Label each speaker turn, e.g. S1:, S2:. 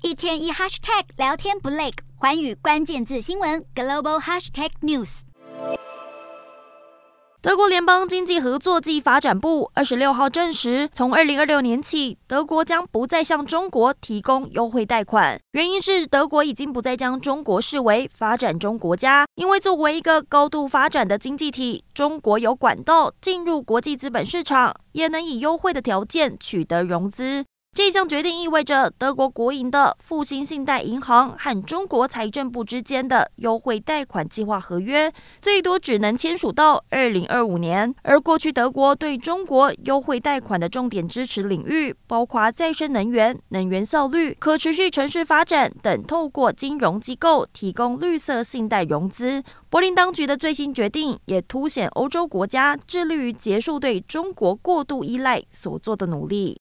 S1: 一天一 hashtag 聊天不累，寰宇关键字新闻 global hashtag news。
S2: 德国联邦经济合作暨发展部26号证实，从2026年起，德国将不再向中国提供优惠贷款。原因是德国已经不再将中国视为发展中国家，因为作为一个高度发展的经济体，中国有管道进入国际资本市场，也能以优惠的条件取得融资。这项决定意味着德国国营的复兴信贷银行和中国财政部之间的优惠贷款计划合约最多只能签署到2025年。而过去德国对中国优惠贷款的重点支持领域包括再生能源、能源效率、可持续城市发展等，透过金融机构提供绿色信贷融资。柏林当局的最新决定也凸显欧洲国家致力于结束对中国过度依赖所做的努力。